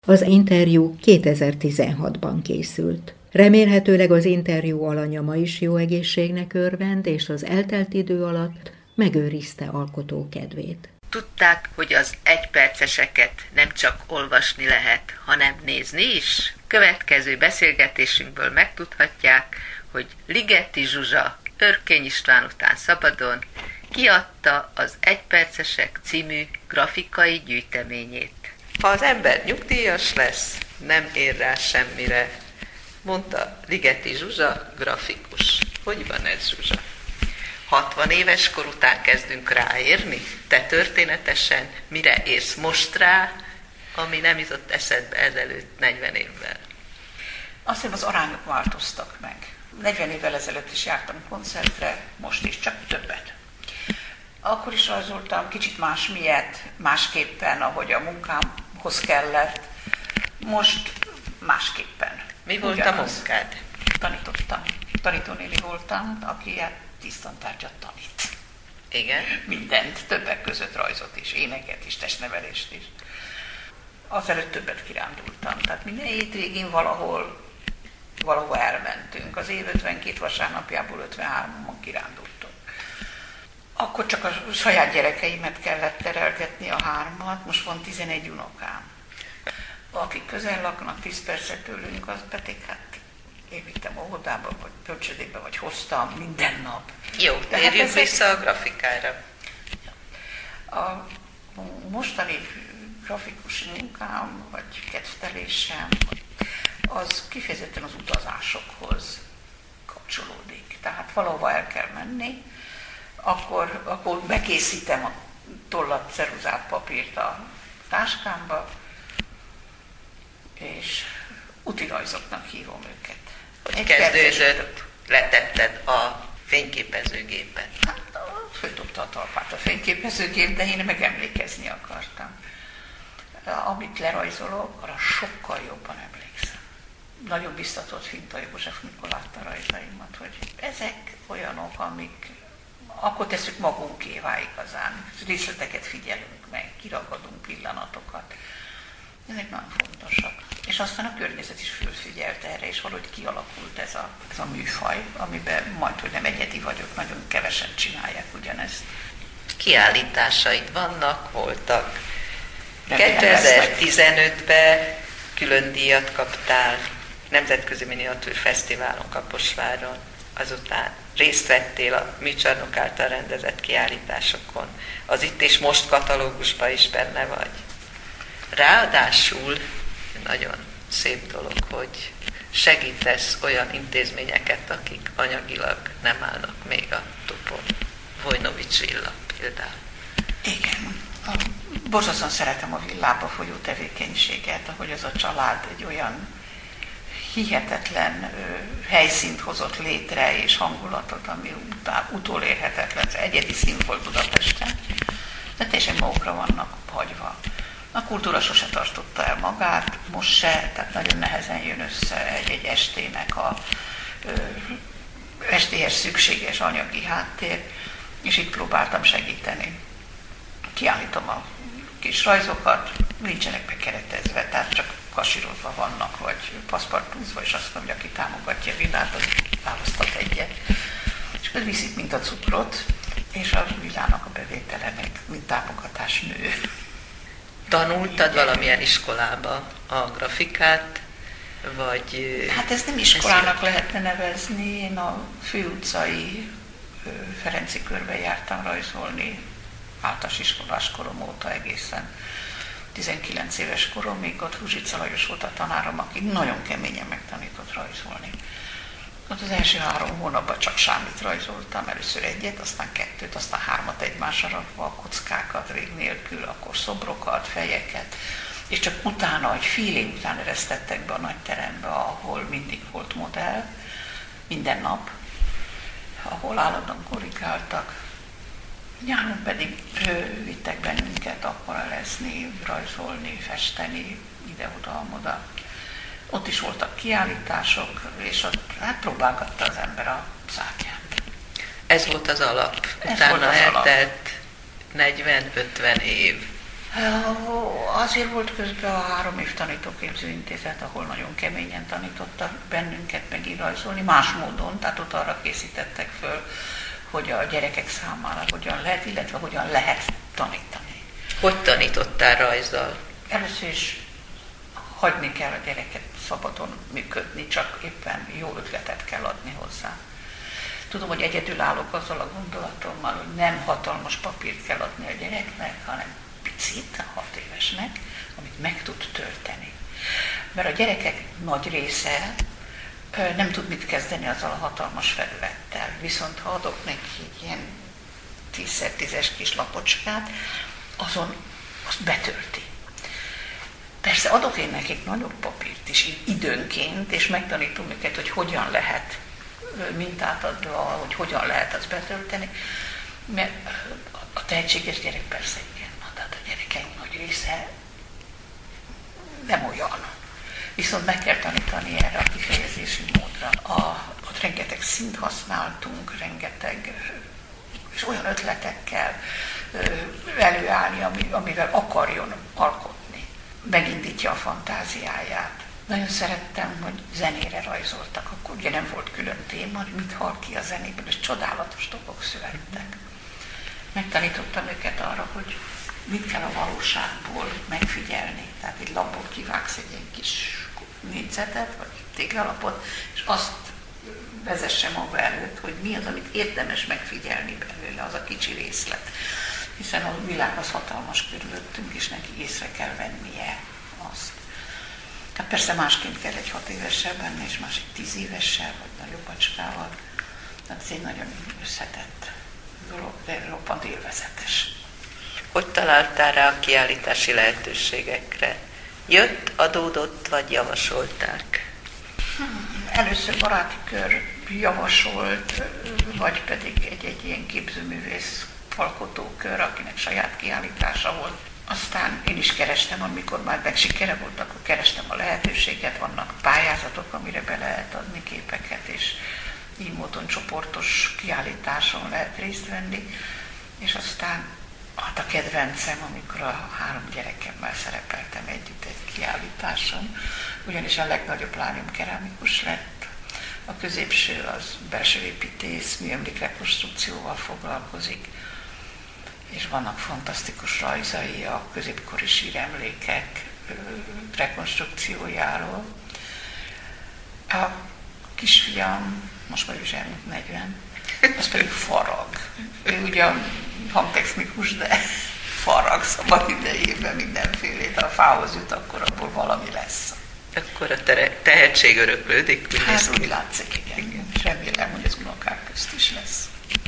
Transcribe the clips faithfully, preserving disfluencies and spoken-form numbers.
Az interjú kétezer-tizenhatban készült. Remélhetőleg az interjú alanya ma is jó egészségnek örvend, és az eltelt idő alatt megőrizte alkotó kedvét. Tudták, hogy az egyperceseket nem csak olvasni lehet, hanem nézni is? Következő beszélgetésünkből megtudhatják, hogy Ligeti Zsuzsa Örkény István után szabadon kiadta az Egypercesek című grafikai gyűjteményét. Ha az ember nyugdíjas lesz, nem ér rá semmire, mondta Ligeti Zsuzsa, grafikus. Hogy van ez, Zsuzsa? hatvan éves kor után kezdünk ráérni? Te történetesen mire érsz most rá, ami nem jutott eszedbe ezelőtt negyven évvel? Azt hiszem, az arányok változtak meg. negyven évvel ezelőtt is jártam koncertre, most is, csak többet. Akkor is rajzoltam, kicsit más miatt, másképpen, ahogy a munkámhoz kellett. Most másképpen. Mi volt Ugyanaz. a munkád? Tanítottam. Tanítónéni voltam, aki tíz tantárgyat tanít. Igen? Mindent, többek között rajzot is, éneket is, testnevelést is. Azelőtt többet kirándultam, tehát minden hétvégén valahol, valahol elmentünk. Az év ötvenkét vasárnapjából ötvenháromon kirándultunk. Akkor csak a saját gyerekeimet kellett terelgetni, a hármat, most van tizenegy unokám. Akik közel laknak, tíz percet tőlünk, az pedig hát én vittem óvodába, vagy bölcsődébe, vagy hoztam minden nap. Jó, térjünk ezek... vissza a grafikára. A mostani grafikus munkám, vagy kedvtelésem, az kifejezetten az utazásokhoz kapcsolódik. Tehát valahova el kell menni, akkor, akkor bekészítem a tollat, ceruzát, papírt a táskámba, és útirajzoknak hívom őket. Hogy Egy kezdődött, letetted a fényképezőgépet? Hát, föltopta a talpát a fényképezőgép, de én meg emlékezni akartam. Amit lerajzolok, arra sokkal jobban emlékszem. Nagyon biztatott Finta József, mikor látta a rajzaimat, hogy ezek olyanok, amik akkor tesszük magunkévá igazán. Részleteket figyelünk meg, kiragadunk pillanatokat. Ezek nagyon fontosak. És aztán a környezet is fölfigyelt erre, és valahogy kialakult ez a, ez a műfaj, amiben majd, hogy nem egyedi vagyok, nagyon kevesen csinálják ugyanezt. Kiállításaid vannak, voltak. kétezer-tizenötben külön díjat kaptál Nemzetközi Miniatűr Fesztiválon Kaposváron, azután részt vettél a műcsarnok által rendezett kiállításokon. Az Itt és Most katalógusban is benne vagy. Ráadásul nagyon szép dolog, hogy segítesz olyan intézményeket, akik anyagilag nem állnak még a topon. Vojnovics villa például. Igen. A, borzasztóan szeretem a villába folyó tevékenységet, ahogy az a család egy olyan hihetetlen ö, helyszínt hozott létre, és hangulatot, ami után utolérhetetlen, egyedi szín volt Budapesten, de teljesen magukra vannak hagyva. A kultúra sose tartotta el magát, most se, tehát nagyon nehezen jön össze egy-egy estének a ö, estéhez szükséges anyagi háttér, és itt próbáltam segíteni. Kiállítom a kis rajzokat, nincsenek bekeretezve, tehát csak kasírozva vannak, vagy paszpartúzva, és azt mondja, aki támogatja a villát, az választat egyet. És akkor viszik, mint a cukrot, és a villának a bevétele, mint támogatás nő. Tanultad valamilyen iskolába a grafikát, vagy... Hát ez nem iskolának ez lehetne nevezni, én a főutcai Ferenci körben jártam rajzolni, általános iskolás korom óta egészen tizenkilenc éves koromig, ott Ruzsica Lajos volt a tanárom, aki nagyon keményen megtanított rajzolni. Ott az első három hónapban csak sámit rajzoltam, először egyet, aztán kettőt, aztán hármat egymásra rakva, a kockákat rég nélkül, akkor szobrokat, fejeket, és csak utána, egy fél év után eresztettek be a nagy terembe, ahol mindig volt modell, minden nap, ahol állandóan korrigáltak. Nyáron pedig ő, vittek bennünket akvarellezni, rajzolni, festeni, ide-oda-amoda. Ott is voltak kiállítások, és ott hát próbálgatta az ember a szárnyát. Ez volt az alap. Ez Utána volt az eltelt negyven-ötven év. Azért volt közben a három év tanítóképzőintézet, ahol nagyon keményen tanítottak bennünket megint rajzolni, más módon, tehát ott arra készítettek föl, hogy a gyerekek számára hogyan lehet, illetve hogyan lehet tanítani. Hogy tanítottál rajzzal? Először is hagyni kell a gyereket szabadon működni, csak éppen jó ötletet kell adni hozzá. Tudom, hogy egyedül állok azzal a gondolatommal, hogy nem hatalmas papírt kell adni a gyereknek, hanem picit, a hat évesnek, amit meg tud tölteni. Mert a gyerekek nagy része nem tud mit kezdeni azzal a hatalmas felülettel. Viszont ha adok neki egy ilyen tízszer tízes kis lapocskát, azon azt betölti. Persze adok én nekik nagyobb papírt is időnként, és megtanítom őket, hogy hogyan lehet mintát adva, hogy hogyan lehet azt betölteni, mert a tehetséges gyerek persze igen, tehát a gyerekeink nagy része nem olyan. Viszont meg kell tanítani erre a kifejezési módra. A, ott rengeteg színt használtunk, rengeteg, és olyan ötletekkel előállni, amivel akarjon alkotni. Megindítja a fantáziáját. Nagyon szerettem, hogy zenére rajzoltak, akkor ugye nem volt külön téma, hogy mit hall ki a zenéből, és csodálatos dolgok születtek. Megtanítottam őket arra, hogy mit kell a valóságból megfigyelni. Tehát egy lapból kivágsz egy ilyen kis négyzetet, vagy téglalapot, és azt vezesse maga előtt, hogy mi az, amit érdemes megfigyelni belőle, az a kicsi részlet. Hiszen a világ az hatalmas körülöttünk, és neki észre kell vennie azt. Hát persze másként kell egy hat évessel benne, és másik tíz évessel, vagy nagyobb bacskával. Tehát ez egy nagyon összetett dolog, de roppant élvezetes. Hogy találtál rá a kiállítási lehetőségekre? Jött, adódott, vagy javasolták? Hmm, először baráti kör javasolt, vagy pedig egy-egy ilyen képzőművész alkotókör, akinek saját kiállítása volt. Aztán én is kerestem, amikor már meg sikere volt, akkor kerestem a lehetőséget, vannak pályázatok, amire be lehet adni képeket, és így módon csoportos kiállításon lehet részt venni, és aztán hát a kedvencem, amikor a három gyerekemmel szerepeltem együtt egy kiállításon, ugyanis a legnagyobb lányom kerámikus lett, a középső az belső építész, műemlékrekonstrukcióval foglalkozik, és vannak fantasztikus rajzai a középkori síremlékek rekonstrukciójáról. A kisfiam, most már is elmúlt negyven, az pedig farag. Ő ugyan hangtechnikus, de farag szabad idejében mindenfélét. Ha a fához jut, akkor abból valami lesz. Akkor a tere- tehetség öröklődik? Hát úgy látszik, igen. igen. És remélem, hogy az unokák közt is lesz.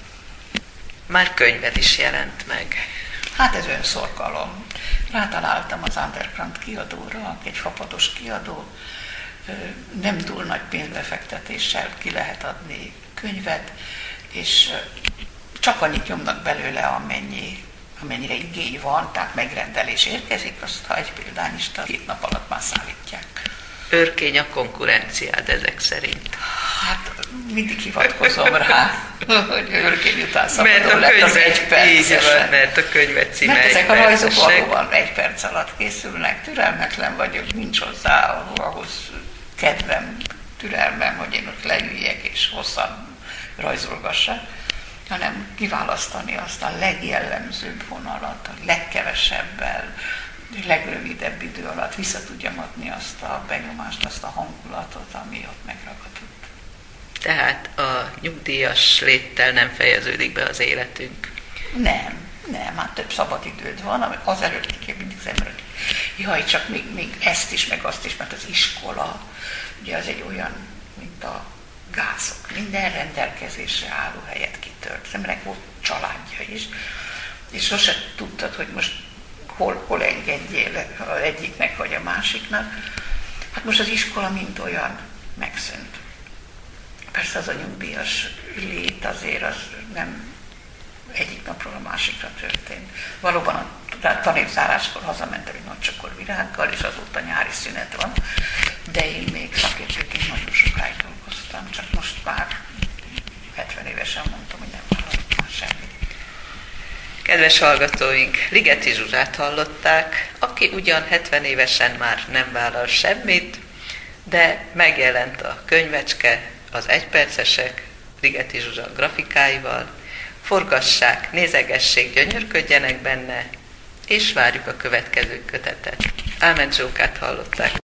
Már könyved is jelent meg. Hát ez önszorgalom. Rátaláltam az Underground kiadóra, egy fapados kiadó. Nem túl nagy pénzbefektetéssel ki lehet adni könyvet, és csak annyit nyomnak belőle, amennyi, amennyire igény van, tehát megrendelés érkezik, azt ha egy példányista két nap alatt már szállítják. Örkény a konkurenciád ezek szerint. Hát mindig hivatkozom rá, hogy Örkény után szabadon lett az egy percesen. Mert a könyvet címe Mert ezek egy a rajzok percesek. valóban egy perc alatt készülnek, türelmetlen vagyok, nincs hozzá ahhoz kedvem, türelmem, hogy én ott leüljek és hosszan rajzolgassak, hanem kiválasztani azt a legjellemzőbb vonalat, a legkevesebbel, legrövidebb idő alatt vissza tudjam adni azt a benyomást, azt a hangulatot, ami ott megragadott. Tehát a nyugdíjas léttel nem fejeződik be az életünk. Nem, nem, hát több szabadidőd van, ami az előtt mindig szemről. Jaj, csak még, még ezt is, meg azt is, mert az iskola, ugye az egy olyan, mint a gázok, minden rendelkezésre álló helyet kitölt. Az emberek volt családja is, és sose tudtad, hogy most hol, hol engedjél az egyiknek vagy a másiknak. Hát most az iskola mint olyan megszűnt. Persze az a nyugdíjas lét azért az nem egyik napról a másikra történt. Valóban a tanévzáráskor hazamentem egy nagy csokor virággal, és azóta nyári szünet van, de én még szakértőként nagyon sokáig dolgoztam, csak most már hetven évesen mondtam, hogy nem vállalok már semmit. Kedves hallgatóink, Ligeti Zsuzsát hallották, aki ugyan hetven évesen már nem vállal semmit, de megjelent a könyvecske, az egypercesek, Ligeti Zsuzsa grafikáival. Forgassák, nézegessék, gyönyörködjenek benne, és várjuk a következő kötetet. Ámen Zsókát hallották.